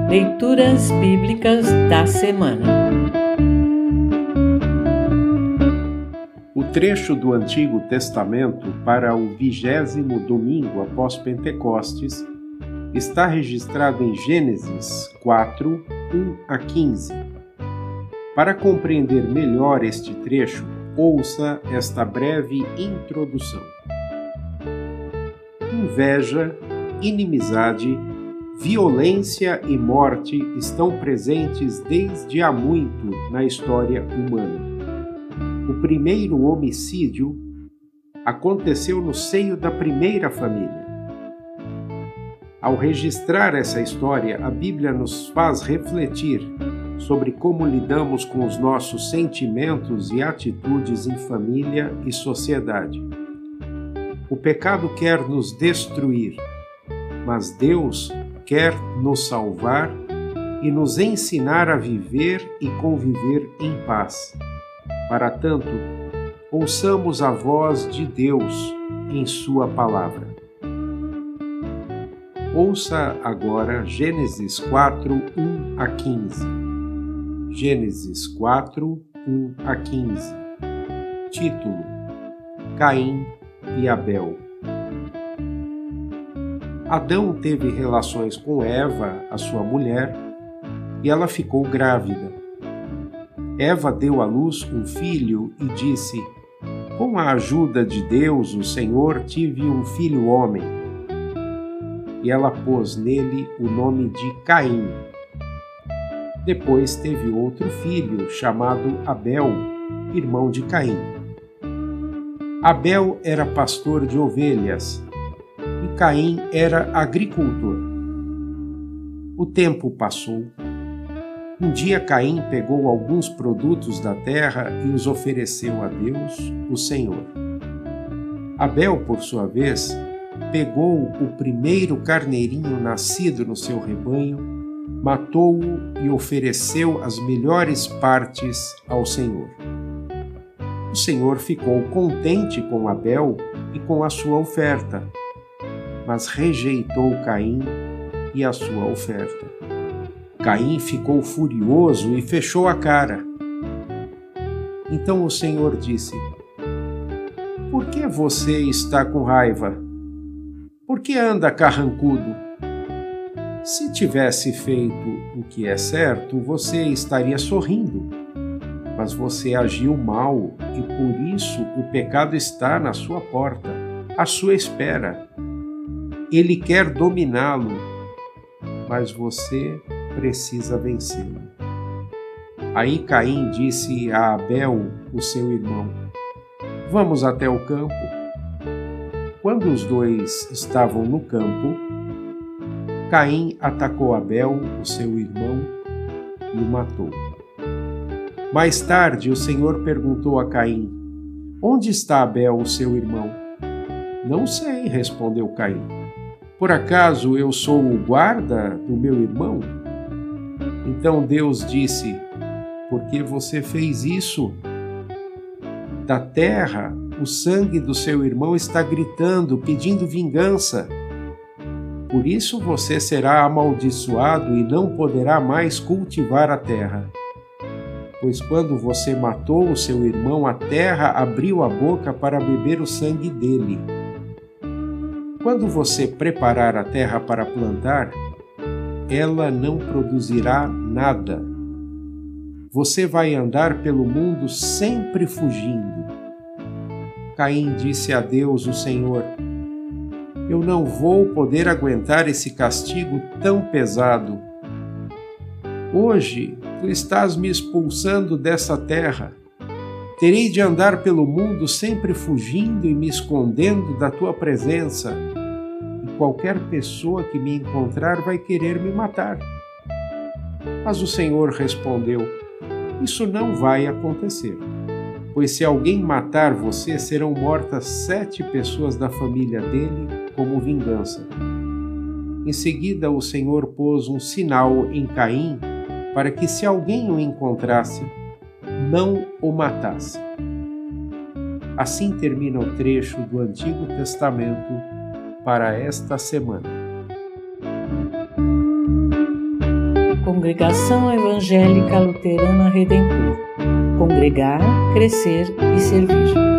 Leituras Bíblicas da Semana. O trecho do Antigo Testamento para o 20º domingo após Pentecostes está registrado em Gênesis 4, 1 a 15. Para compreender melhor este trecho, ouça esta breve introdução. Inveja, inimizade, violência e morte estão presentes desde há muito na história humana. O primeiro homicídio aconteceu no seio da primeira família. Ao registrar essa história, a Bíblia nos faz refletir sobre como lidamos com os nossos sentimentos e atitudes em família e sociedade. O pecado quer nos destruir, mas Deus quer nos salvar e nos ensinar a viver e conviver em paz. Para tanto, ouçamos a voz de Deus em Sua palavra. Ouça agora Gênesis 4, 1 a 15. Gênesis 4, 1 a 15. Título: Caim e Abel. Adão teve relações com Eva, a sua mulher, e ela ficou grávida. Eva deu à luz um filho e disse: com a ajuda de Deus, o Senhor, tive um filho homem. E ela pôs nele o nome de Caim. Depois teve outro filho, chamado Abel, irmão de Caim. Abel era pastor de ovelhas, e Caim era agricultor. O tempo passou. Um dia Caim pegou alguns produtos da terra e os ofereceu a Deus, o Senhor. Abel, por sua vez, pegou o primeiro carneirinho nascido no seu rebanho, matou-o e ofereceu as melhores partes ao Senhor. O Senhor ficou contente com Abel e com a sua oferta, mas rejeitou Caim e a sua oferta. Caim ficou furioso e fechou a cara. Então o Senhor disse: por que você está com raiva? Por que anda carrancudo? Se tivesse feito o que é certo, você estaria sorrindo. Mas você agiu mal e por isso o pecado está na sua porta, à sua espera. Ele quer dominá-lo, mas você precisa vencê-lo. Aí Caim disse a Abel, o seu irmão: vamos até o campo. Quando os dois estavam no campo, Caim atacou Abel, o seu irmão, e o matou. Mais tarde, o Senhor perguntou a Caim: onde está Abel, o seu irmão? Não sei, respondeu Caim. Por acaso eu sou o guarda do meu irmão? Então Deus disse: por que você fez isso? Da terra, o sangue do seu irmão está gritando, pedindo vingança. Por isso você será amaldiçoado e não poderá mais cultivar a terra. Pois quando você matou o seu irmão, a terra abriu a boca para beber o sangue dele. Quando você preparar a terra para plantar, ela não produzirá nada. Você vai andar pelo mundo sempre fugindo. Caim disse a Deus, o Senhor: eu não vou poder aguentar esse castigo tão pesado. Hoje tu estás me expulsando dessa terra. Terei de andar pelo mundo sempre fugindo e me escondendo da tua presença. E qualquer pessoa que me encontrar vai querer me matar. Mas o Senhor respondeu: isso não vai acontecer. Pois se alguém matar você, serão mortas 7 pessoas da família dele como vingança. Em seguida, o Senhor pôs um sinal em Caim para que, se alguém o encontrasse, não o matasse. Assim termina o trecho do Antigo Testamento para esta semana. Congregação Evangélica Luterana Redentor. Congregar, crescer e servir.